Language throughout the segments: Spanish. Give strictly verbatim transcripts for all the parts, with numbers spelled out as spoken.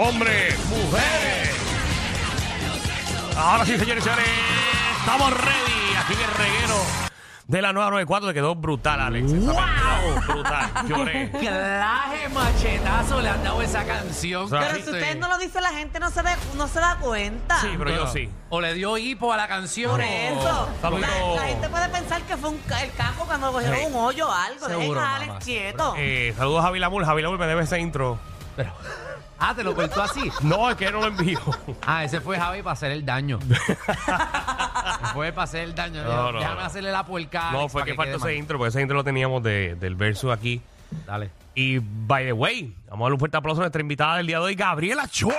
hombres, mujeres. Ahora sí, señores y señores, estamos ready. Aquí en el reguero de la nueva noventa y cuatro te quedó brutal, Alex. Esa ¡Wow! Brutal, lloré. Claje machetazo le han dado esa canción. O sea, Pero si ustedes no lo dicen, la gente no se, de- no se da cuenta. Sí, pero yo sí. O le dio hipo a la canción. Por o- eso. Saludito. La, la gente puede pensar que fue un, ca- el cajo cuando cogieron Sí. un hoyo o algo. Seguro, Dejen a mamá, Alex quieto. Eh, saludos a Javi Lamur. Javi Lamur me debe ese intro. Pero, ah, te lo cortó así. No, es que no lo envío. Ah, ese fue Javi para hacer el daño. Ese fue para hacer el daño. No, no, Déjame no. hacerle la puerca. No, fue que faltó ese intro, porque ese intro lo teníamos de, del verso aquí. Dale. Y, by the way, vamos a darle un fuerte aplauso a nuestra invitada del día de hoy, Gabriela Short.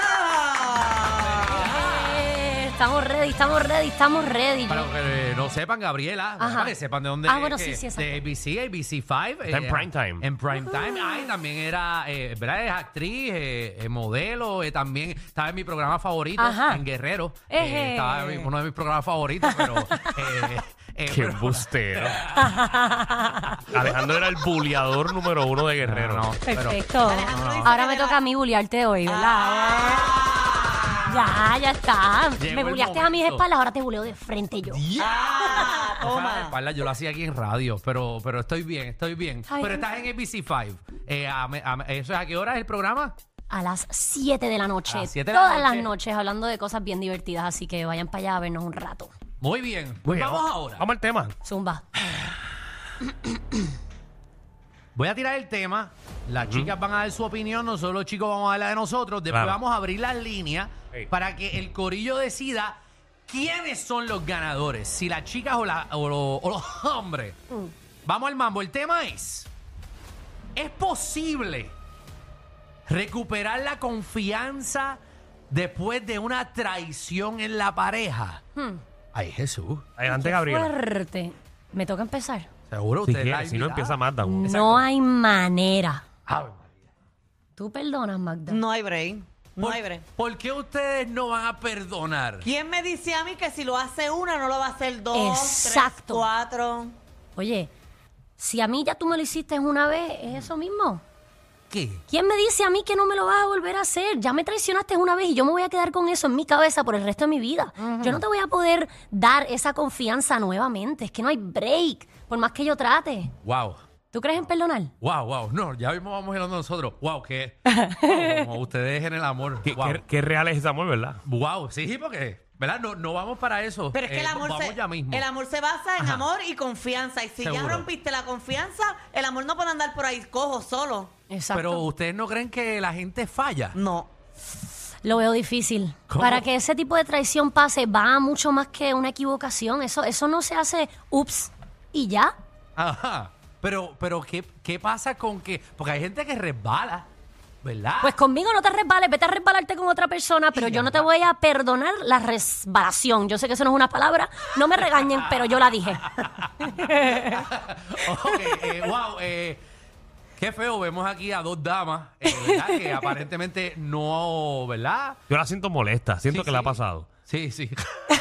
Eh, Estamos ready, estamos ready, estamos ready. Para los que no sepan, Gabriela, Ajá. para que sepan de dónde Ah, es, bueno, que- sí, sí, exacto. de A B C, A B C cinco. Está en prime time. En prime time. Ay, también era, eh, ¿verdad? Es actriz, eh, eh, modelo, eh, también estaba en mi programa favorito, Ajá. en Guerrero. Ejé. Eh, estaba en uno de mis programas favoritos, pero... eh, eh, Qué pero- embustero. Alejandro era el buleador número uno de Guerrero. No, no, pero- Perfecto. Alejandro dice Ahora que me le va- toca a mí bullearte hoy, ¿verdad? Ya, ya está. Llegó Me el bulleaste a mis momento. espaldas, ahora te buleo de frente yo. Ah, Esa toma. espalda yo lo hacía aquí en radio, pero, pero estoy bien, estoy bien. Ay, pero Dios. estás en A B C cinco. Eh, a me- a me- ¿Eso es a qué hora es el programa? A las siete de la noche. A las siete de la Todas noche. las noches hablando de cosas bien divertidas, así que vayan para allá a vernos un rato. Muy bien. Muy Pues bien, vamos ahora. Vamos al tema. Zumba. Voy a tirar el tema. Las chicas van a dar su opinión, nosotros los chicos vamos a dar la de nosotros. Después Claro. vamos a abrir las líneas Hey. para que el corillo decida quiénes son los ganadores. Si las chicas o, la- o lo- o los hombres. Vamos al mambo. El tema es: ¿es posible recuperar la confianza después de una traición en la pareja? Ay, Jesús. Adelante, Gabriela. Fuerte. ¿Me toca empezar? Seguro Si usted es la quieres, si no invitada. empieza Magda. No hay manera. Ave María. ¿Tú perdonas, Magda? No hay break. No ¿Por, hay break. ¿Por qué ustedes no van a perdonar? ¿Quién me dice a mí que si lo hace una no lo va a hacer dos, Exacto. tres, cuatro? Oye, si a mí ya tú me lo hiciste una vez, es eso mismo. ¿Qué? ¿Quién me dice a mí que no me lo vas a volver a hacer? Ya me traicionaste una vez y yo me voy a quedar con eso en mi cabeza por el resto de mi vida. Yo no te voy a poder dar esa confianza nuevamente. Es que no hay break, por más que yo trate. Wow. ¿Tú crees en perdonar? Wow, wow. No, ya mismo vamos hablando nosotros. Wow, ¿qué? Wow, como ustedes en el amor. ¿Qué, wow. qué- qué real es ese amor, verdad? Wow, sí, porque, ¿verdad? No, no vamos para eso. Pero es que Eh, el amor, vamos se, ya mismo. el amor se basa en Ajá. amor y confianza. Y si ya Seguro. rompiste la confianza, el amor no puede andar por ahí cojo solo. Exacto. Pero ustedes no creen que la gente falla. No. Lo veo difícil. ¿Cómo? Para que ese tipo de traición pase, va mucho más que una equivocación. Eso, eso no se hace ups y ya. Ajá. Pero, pero ¿qué, ¿qué pasa con que...? Porque hay gente que resbala, ¿verdad? Pues conmigo no te resbales, vete a resbalarte con otra persona, pero yo no te voy a perdonar la resbalación. Yo sé que eso no es una palabra, no me regañen, pero yo la dije. Ok, eh, wow, eh, qué feo, vemos aquí a dos damas, eh, ¿verdad? Que aparentemente no, ¿verdad? Yo la siento molesta, siento Sí, que le ha sí. pasado. Sí, sí.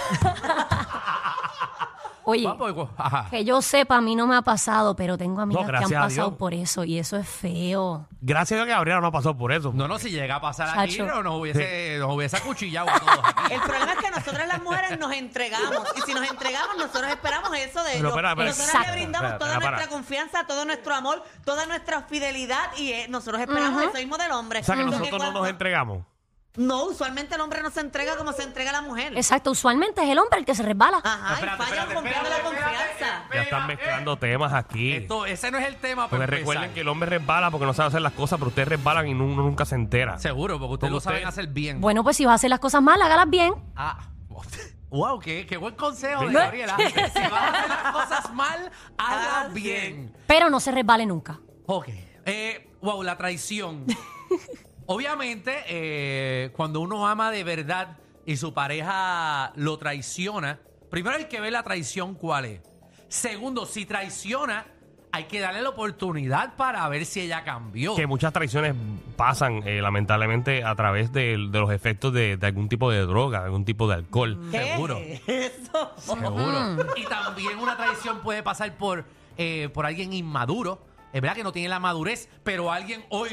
Oye, Vamos, pues, ajá. que yo sepa, a mí no me ha pasado, pero tengo amigas que han gracias a pasado Dios. por eso y eso es feo. Gracias a Dios que Gabriela no pasó por eso. No, no, si llega a pasar aquí, Chacho. no, nos hubiese, nos hubiese acuchillado a todos aquí. El problema es que nosotras las mujeres nos entregamos. Y si nos entregamos, nosotros esperamos eso de Pero, ellos. espera, espera. Nosotras Exacto. le brindamos Espera, toda espera, nuestra para. confianza, todo nuestro amor, toda nuestra fidelidad. Y eh, nosotros esperamos eso mismo del hombre. O sea que Porque nosotros no cuando- nos entregamos. No, usualmente el hombre no se entrega como se entrega la mujer. Exacto, usualmente es el hombre el que se resbala. Ajá, Espérate, y fallan espérate, rompiendo la espérate, confianza. espérate. Ya están mezclando temas aquí. Esto, ese no es el tema, Porque pero recuerden que el hombre resbala porque no sabe hacer las cosas, pero ustedes resbalan y uno nunca se entera. Seguro, porque ustedes Porque lo saben usted- hacer bien. Bueno, pues si vas a hacer las cosas mal, hágalas bien. Ah, wow, qué, qué buen consejo de ¿Ves? Gabriela. Si vas a hacer las cosas mal, hazlas Haz bien. Pero no se resbale nunca. Ok. Eh, wow, la traición. Obviamente, eh, cuando uno ama de verdad y su pareja lo traiciona, primero hay que ver la traición cuál es. Segundo, si traiciona, hay que darle la oportunidad para ver si ella cambió. Que muchas traiciones pasan, eh, lamentablemente, a través de, de los efectos de, de algún tipo de droga, algún tipo de alcohol. ¿Qué Seguro. es eso? Seguro. Y también una traición puede pasar por, eh, por alguien inmaduro. Es verdad que no tiene la madurez, pero alguien hoy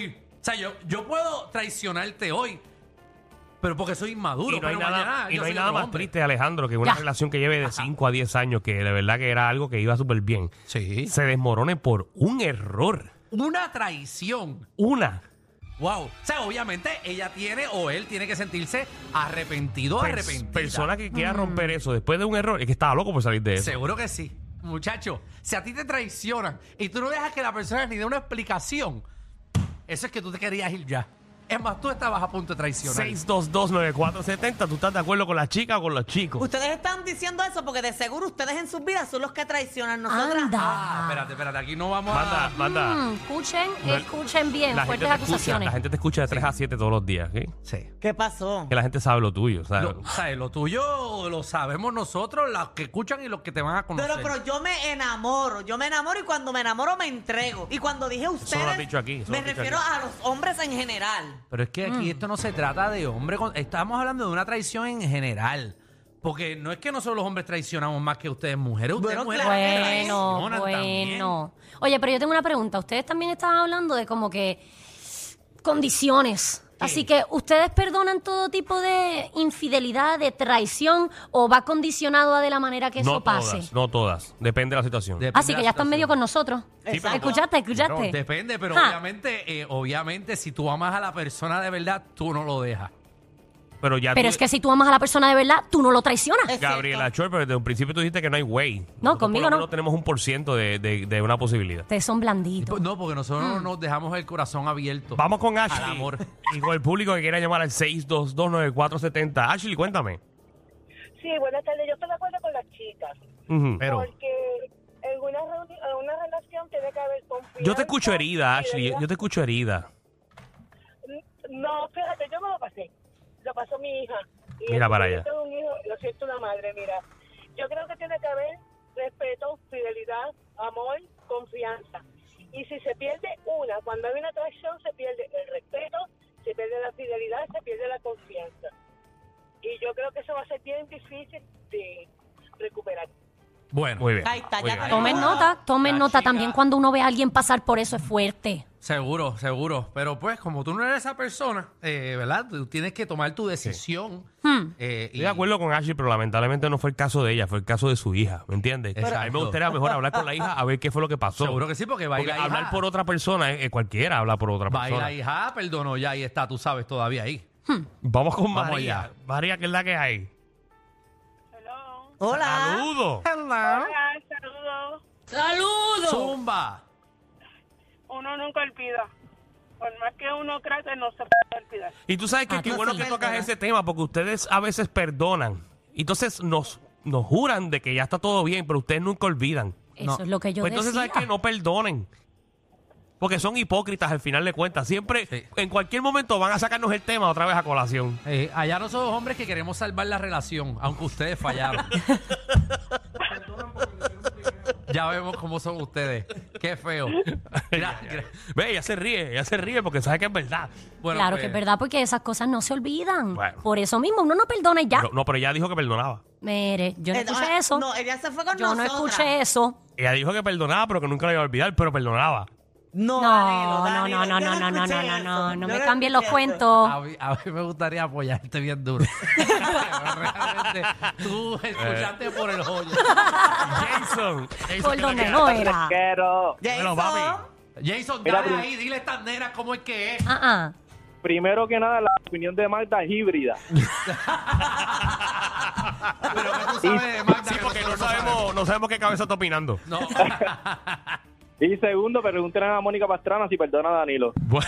sea, yo, yo puedo traicionarte hoy, pero porque soy inmaduro. Y no hay pero nada, mañana y yo no hay soy nada otro más hombre. triste, Alejandro, que una Ya. relación que lleve de cinco a diez años, que de verdad que era algo que iba súper bien, Sí. se desmorone por un error. Una traición. Una. Wow. O sea, obviamente ella tiene o él tiene que sentirse arrepentido o Pers- arrepentida. persona que quiera romper eso después de un error, es que estaba loco por salir de eso. Seguro que sí. Muchacho, si a ti te traicionan y tú no dejas que la persona ni dé una explicación, eso es que tú te querías ir ya. Es más, tú estabas a punto de traicionar. seis dos dos, nueve cuatro siete cero, ¿tú estás de acuerdo con la chica o con los chicos? Ustedes están diciendo eso porque de seguro ustedes en sus vidas son los que traicionan. Nosotras. Anda. Ah, espérate, espérate, aquí no vamos Manda, a... manda. Mm, escuchen, No, escuchen bien, La gente, fuertes te escucha, acusaciones. la gente te escucha de tres a siete todos los días, ¿sí? Sí. ¿Qué pasó? Que la gente sabe lo tuyo, ¿sabes? Lo, ¿sabes? Lo tuyo lo sabemos nosotros, los que escuchan y los que te van a conocer. Pero, pero yo me enamoro, yo me enamoro y cuando me enamoro me entrego. Y cuando dije ustedes, lo has dicho aquí, eso me lo has dicho refiero aquí. a los hombres en general. Pero es que aquí esto no se trata de hombre. con- Estamos hablando de una traición en general. Porque no es que nosotros los hombres traicionamos más que ustedes mujeres. Ustedes Bueno, mujeres claro. Bueno, traicionan también. bueno. Oye, pero yo tengo una pregunta. Ustedes también estaban hablando de como que condiciones. Así que, ¿ustedes perdonan todo tipo de infidelidad, de traición, o va condicionado a de la manera que eso no pase? todas, no todas. Depende de la situación. Depende Así de que la ya están situación. medio con nosotros. Exacto. ¿Escuchaste? ¿Escuchaste? Pero depende, pero Ja. obviamente, eh, obviamente, si tú amas a la persona de verdad, tú no lo dejas. Pero ya Pero tú- es que si tú amas a la persona de verdad, tú no lo traicionas. Es Gabriela cierto. Chor, pero desde un principio tú dijiste que no hay way. No, Nosotros conmigo por lo no. menos tenemos un por ciento de, de, de una posibilidad. Ustedes son blanditos. Pues no, porque nosotros nos dejamos el corazón abierto. Vamos con Ashley. Al amor. Y con el público que quiera llamar al seis dos dos, nueve cuatro siete cero. Ashley, cuéntame. Sí, buenas tardes. Yo estoy de acuerdo con las chicas. Ujú. Pero, Porque en una, reuni- en una relación tiene que haber confianza. Yo te escucho herida, Ashley. fidelidad. Yo te escucho herida. No, fíjate, yo me lo pasé. Lo pasó mi hija. Y Mira entonces para yo allá. tengo un hijo, lo siento una madre, mira. Yo creo que tiene que haber respeto, fidelidad, amor, confianza. Y si se pierde una, cuando hay una traición, se pierde el respeto, se pierde la fidelidad, se pierde la confianza. Y yo creo que eso va a ser bien difícil de recuperar. bueno, Muy bien. Ahí está, muy ya bien. está. Tomen nota, tomen La nota chica- también cuando uno ve a alguien pasar por eso es fuerte. seguro, seguro. Pero pues, como tú no eres esa persona, eh, ¿verdad? Tú tienes que tomar tu decisión. Hmm. eh, Estoy de acuerdo con Ashley, pero lamentablemente no fue el caso de ella, fue el caso de su hija, ¿me entiendes? Exacto. A mí me gustaría mejor hablar con la hija a ver qué fue lo que pasó. Seguro que sí, porque va a ir Porque la hija. hablar por otra persona, eh, eh, cualquiera habla por otra Va a ir persona. la hija, ah, perdonó, ya ahí está, tú sabes, todavía ahí. Vamos con Vamos María. allá. María, ¿qué es la que hay? Hello. Hola. ¡Saludos! Hola, saludos. Zumba. Uno nunca olvida. Por más que uno trate, no se puede olvidar. Y tú sabes que Ah, qué tú bueno sí. que tocas ese tema, porque ustedes a veces perdonan. Entonces nos, nos juran de que ya está todo bien, pero ustedes nunca olvidan. Eso No. es lo que yo Pues entonces, decía. ¿sabes qué? No perdonen. Porque son hipócritas al final de cuentas. Siempre, Sí. en cualquier momento, van a sacarnos el tema otra vez a colación. Eh, allá no somos hombres que queremos salvar la relación, aunque ustedes fallaron. Ya vemos cómo son ustedes. Qué feo. Mira, gra- Ve, ella se ríe, ella se ríe porque sabe que es verdad. bueno, claro pues, que es verdad, porque esas cosas no se olvidan. Bueno. Por eso mismo, uno no perdona y ya. Pero- no, pero ella dijo que perdonaba. Mire, yo no Eh, escuché ah, eso. No, ella se fue con yo no nosotras. escuché eso. Ella dijo que perdonaba, pero que nunca la iba a olvidar, pero perdonaba. No, No, Danilo, no, Danilo, no, no, yo no, no, no, escuché no, no, eso. no, no Yo me cambien los escuché eso. cuentos. a mí, a mí me gustaría apoyarte bien duro. Realmente, tú escuchaste por el hoyo. Jason. Jason, Por ¿qué es la donde que no hay? era. Quiero. Bueno, Jason, papi. Jason, Mira, dale prim- ahí, dile a estas nenas cómo es que es. Ah, ah. Primero que nada, la opinión de Magda es híbrida. Pero que tú sabes de Magda Sí, que porque no nosotros sabemos, no sabemos qué cabeza está opinando. No. Y segundo, pregunten a Mónica Pastrana si perdona a Danilo. Bueno.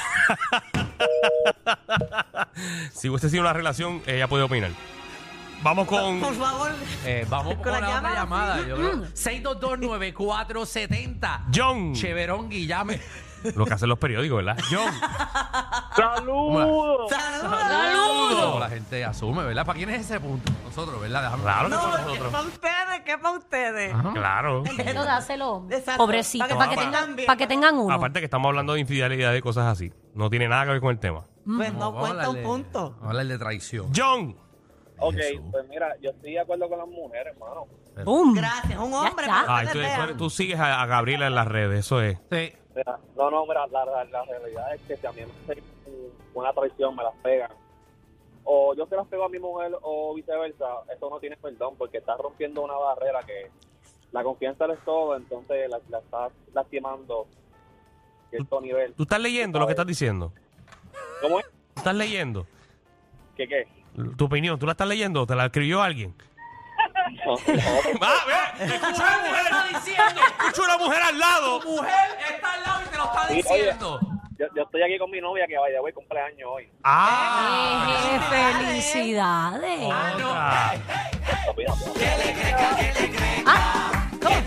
Si hubiese sido una relación, ella puede opinar. Vamos con... por favor. Eh, vamos Con con la la otra llamada, llamada. sí. Yo creo. seis dos dos, nueve cuatro siete cero. John. Cheverón Guillame. Lo que hacen los periódicos, ¿verdad? John. ¡Saludos! Saludos. La gente asume, ¿verdad? ¿Para quién es ese punto? Nosotros, ¿verdad? Déjame Claro que No, son ¿qué nosotros. para ustedes? ¿Qué para ustedes? Claro. Eso dáselo. Exacto. Pobrecito. Para que Para que, se tengan, sientan bien. para que tengan uno. Aparte que estamos hablando de infidelidad y cosas así. No tiene nada que ver con el tema. Pues no Vamos a cuenta un hablarle- punto. Vamos a hablar de traición. John. Ok, Jesús. pues mira, yo estoy de acuerdo con las mujeres, hermano. ¡Bum! Gracias, un hombre. está. para Ay, que tú, ustedes tú- vean. tú sigues a, a Gabriela en las redes, eso es. Sí. Mira, no, no, mira, la, la, la realidad es que si a mí me hacen una traición, me las pegan, o yo se las pego a mi mujer o viceversa, eso no tiene perdón, porque está rompiendo una barrera que la confianza es todo, entonces la, la estás lastimando a cierto nivel. ¿Tú estás leyendo lo que estás diciendo? ¿Cómo es? ¿Tú estás leyendo? ¿Qué qué? ¿Tu opinión? ¿Tú la estás leyendo o te la escribió alguien? No, no, ¡Va, ve! ¡Escucho a la ¿Qué te mujer! está diciendo? ¡Escucho a la mujer al lado! Tu mujer está al lado y te lo está Sí, diciendo. yo, yo estoy aquí con mi novia que vaya, voy cumpleaños hoy. ¡Ah! Eh, ¡Felicidades! Otra. Rápido, rápido. Ah, ¿cómo?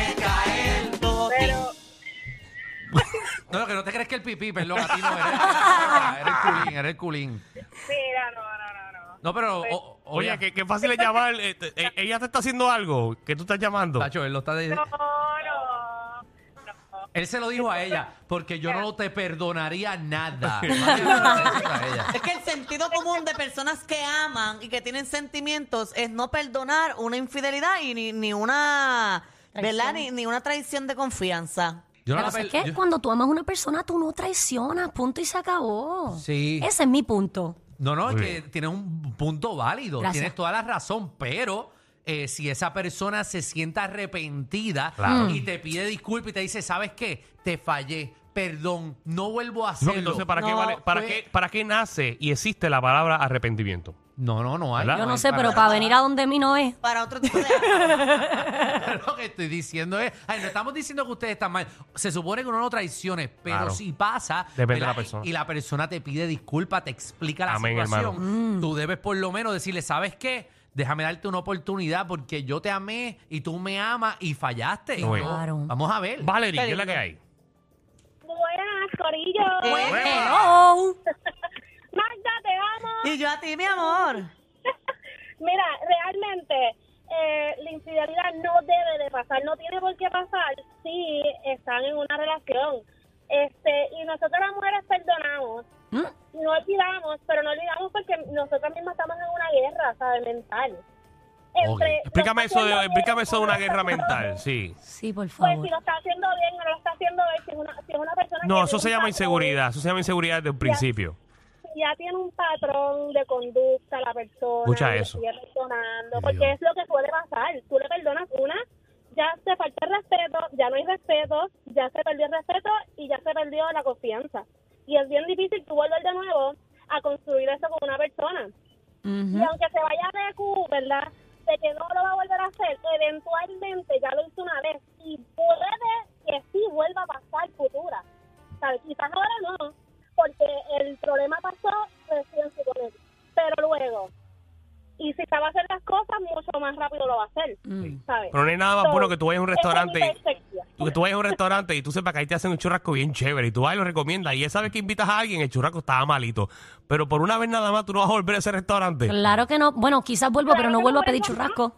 Pero No, que no te crees que el pipí, perdón, a ti no eres. Eres el culín, eres el culín. mira, no, no, no, no. No, pero, o- Oye, oye, qué, qué fácil es llamar. eh, te- eh, ella te está haciendo algo que tú estás llamando. Tacho, él lo está de- No, no, no. Él se lo dijo a ella, porque yo no te perdonaría nada. Más que nada, eso a ella. Es que el sentido común de personas que aman y que tienen sentimientos es no perdonar una infidelidad y ni, ni una, ¿verdad? Ni, ni una traición de confianza. Yo no Pero la ¿sabes per- qué? yo- Cuando tú amas a una persona, tú no traicionas, punto y se acabó. Sí. Ese es mi punto. No, no, es Muy que bien. tienes un punto válido, Gracias. tienes toda la razón, pero eh, si esa persona se sienta arrepentida Claro. y te pide disculpas y te dice, ¿sabes qué? Te fallé, perdón, no vuelvo a No, hacerlo. entonces, ¿para, qué No, vale- para, pues- qué, ¿para qué nace y existe la palabra arrepentimiento? No, no, no hay. ¿Verdad? Yo no hay sé, pero para venir a donde mí no es. Para otro tipo de... Lo que estoy diciendo es, ay, no estamos diciendo que ustedes están mal. Se supone que uno no traicione, pero Claro. si pasa, Depende de ¿verdad? la persona. Y la persona te pide disculpas, te explica la Amén, situación. hermano. Tú debes por lo menos decirle, ¿sabes qué? Déjame darte una oportunidad porque yo te amé y tú me amas y fallaste. Muy No, Claro. Vamos a ver. Valerie, ¿qué es la que hay? Buenas, Corillo. Eh, Hello. Magda, te amo. Y yo a ti, mi amor. Mira, realmente eh, la infidelidad no debe de pasar, no tiene por qué pasar si están en una relación. Este, y nosotros las mujeres perdonamos, ¿Mm? no olvidamos, pero no olvidamos porque nosotras mismas estamos en una guerra, ¿sabes? Mental. Ok. Explícame lo eso, está de, haciendo explícame bien eso de o una no lo guerra está haciendo mental, bien. sí. Sí, por Pues favor. si lo está haciendo bien o no lo está haciendo bien, si es una, si es una persona No, que eso tiene se un llama patrón, inseguridad, eso se llama inseguridad desde un principio. si ya tiene un patrón de conducta la persona, Escucha y le eso. sigue perdonando, Ay, porque Dios. es lo que suele pasar. Tú le perdonas una, ya se falta el respeto, ya no hay respeto, ya se perdió el respeto y ya se perdió la confianza. Y es bien difícil tú volver de nuevo a construir eso con una persona. Y Ujú. aunque se vaya de Q, ¿verdad? De que no lo va a volver a hacer, eventualmente ya lo hizo una vez y puede que sí vuelva a pasar futura. ¿Sabes? Quizás ahora no, porque el problema pasó recién con él. Pero luego, y si sabe hacer las cosas, mucho más rápido lo va a hacer. Mm. ¿Sabes? Pero no hay nada más So, bueno que tú vayas a un esa es mi restaurante y- perspectiva. Tú, que tú vayas a un restaurante y tú sepas que ahí te hacen un churrasco bien chévere y tú vas y lo recomiendas y esa vez que invitas a alguien el churrasco estaba malito. Pero por una vez nada más tú no vas a volver a ese restaurante. Claro que no. Bueno, quizás vuelvo, pero no vuelvo a pedir churrasco.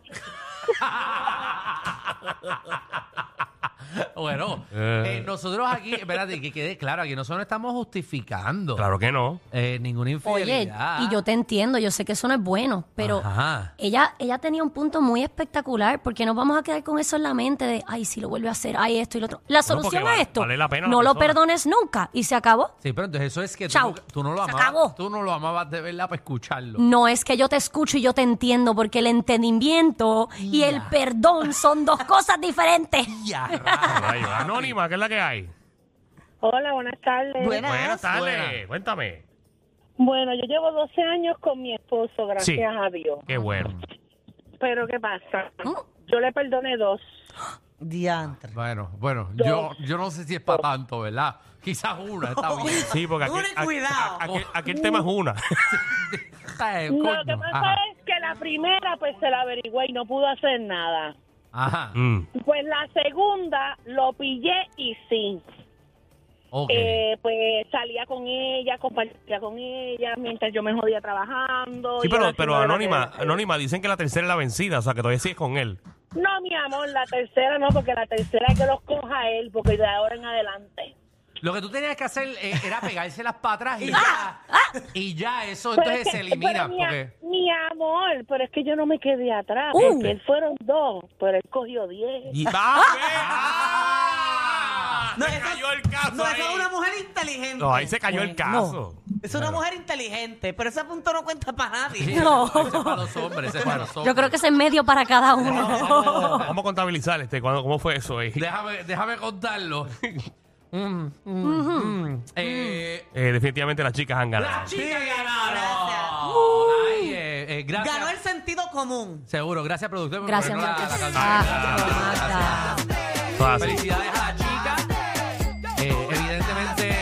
Bueno, Eh. eh, nosotros aquí, espérate, que quede claro, aquí nosotros no estamos justificando Claro que no. eh, ninguna Oye, infidelidad. y yo te entiendo, yo sé que eso no es bueno, pero Ajá. ella ella tenía un punto muy espectacular, porque nos vamos a quedar con eso en la mente de, ay, si lo vuelve a hacer, ay, esto y lo otro. La Bueno, solución porque a vale- esto, vale la pena la no lo persona. perdones nunca, y se acabó. Sí, pero entonces eso es que tú, Chao. nunca- tú no lo Se amabas. acabó. Tú no lo amabas de verdad para escucharlo. No es que yo te escucho y yo te entiendo, porque el entendimiento y el Ya. perdón son dos cosas diferentes. Ya, rayos. Rayo. Anónima, ¿qué es la que hay? Hola, buenas tardes. Buenas. Buenas tardes, Buenas. cuéntame. Bueno, yo llevo doce años con mi esposo, gracias Sí. a Dios. Qué bueno. Pero ¿qué pasa? ¿Mm? Yo le perdoné dos. Diantre. Bueno, bueno, yo, yo no sé si es para tanto, ¿verdad? Quizás una, está bien. Sí, porque aquí, Dure, aquí- cuidado. aquí- aquí el tema es una. Eh, No, coño, lo que pasa ajá. es que la primera pues se la averigüé y no pudo hacer nada. Ajá, Mm. Pues la segunda lo pillé y sí. ok. Eh, pues salía con ella, compartía con ella mientras yo me jodía trabajando. Sí, y pero, ahora pero no era Anónima, que- Anónima, dicen que la tercera es la vencida, o sea, que todavía sigues con él. No, mi amor, la tercera no, porque la tercera es que los coja él, porque de ahora en adelante. Lo que tú tenías que hacer eh, era pegárselas para atrás y Ah, ya. Y ya, eso Pero entonces es se que- elimina. pero mi, a- Porque, mi amor, pero es que yo no me quedé atrás, Uh. porque él fueron dos, pero él cogió diez. Y- ¡Ah, ve! ¡Ah! No, Se eso- cayó el caso No, eso ahí. es una mujer inteligente. No, ahí se cayó el Bueno. caso. Es una mujer inteligente, pero ese punto no cuenta para nadie. No. Ese es para los hombres, ese es para los hombres. Yo creo que es en medio para cada uno. Vamos, vamos a contabilizar este, ¿cuándo- ¿cómo fue eso ahí? Déjame, déjame contarlo. Mm, mm, mm. Eh, Eh, definitivamente las chicas han ganado. las chicas Sí, ganaron. gracias. Ay, eh, eh, gracias. Ganó el sentido común. Seguro, gracias, productor. por Gracias, ponernos la- Marta. la canción. Ah, Gracias, Marta. gracias. Eso es así. Felicidades a la chica. Eh, evidentemente,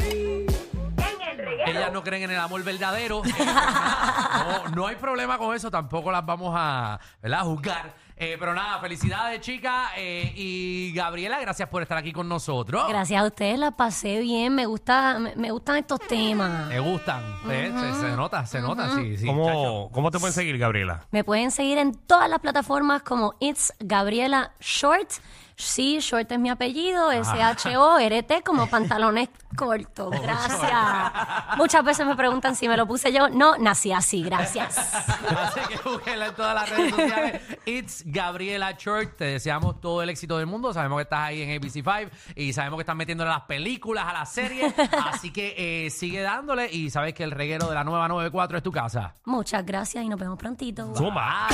ellas no creen en el amor verdadero. Eh, no, no hay problema con eso. Tampoco las vamos a, ¿verdad? a juzgar. Eh, pero nada, felicidades, chicas. Eh, y Gabriela, gracias por estar aquí con nosotros. Gracias a ustedes, la pasé bien. Me gusta, me, me gustan estos temas. Me gustan. Eh, se, se nota, se nota. Sí, sí, chacho. ¿Cómo, ¿Cómo te pueden seguir, Gabriela? Me pueden seguir en todas las plataformas como It's Gabriela Short. Sí, Short es mi apellido, S H O R T, como pantalones cortos. Gracias. Muchas veces me preguntan si me lo puse yo. No, nací así, gracias. Así que búsquenla en todas las redes sociales. It's Gabriela Short. Te deseamos todo el éxito del mundo. Sabemos que estás ahí en A B C cinco y sabemos que estás metiéndole a las películas, a las series. Así que eh, sigue dándole y sabes que el reguero de la nueva noventa y cuatro es tu casa. Muchas gracias y nos vemos prontito. Zumba.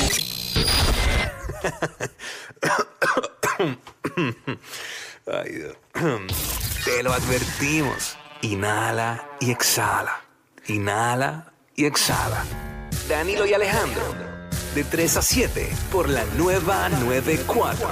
Ay, Dios. Te lo advertimos. Inhala y exhala. Inhala y exhala. Danilo y Alejandro, de tres a siete, por la nueva noventa y cuatro.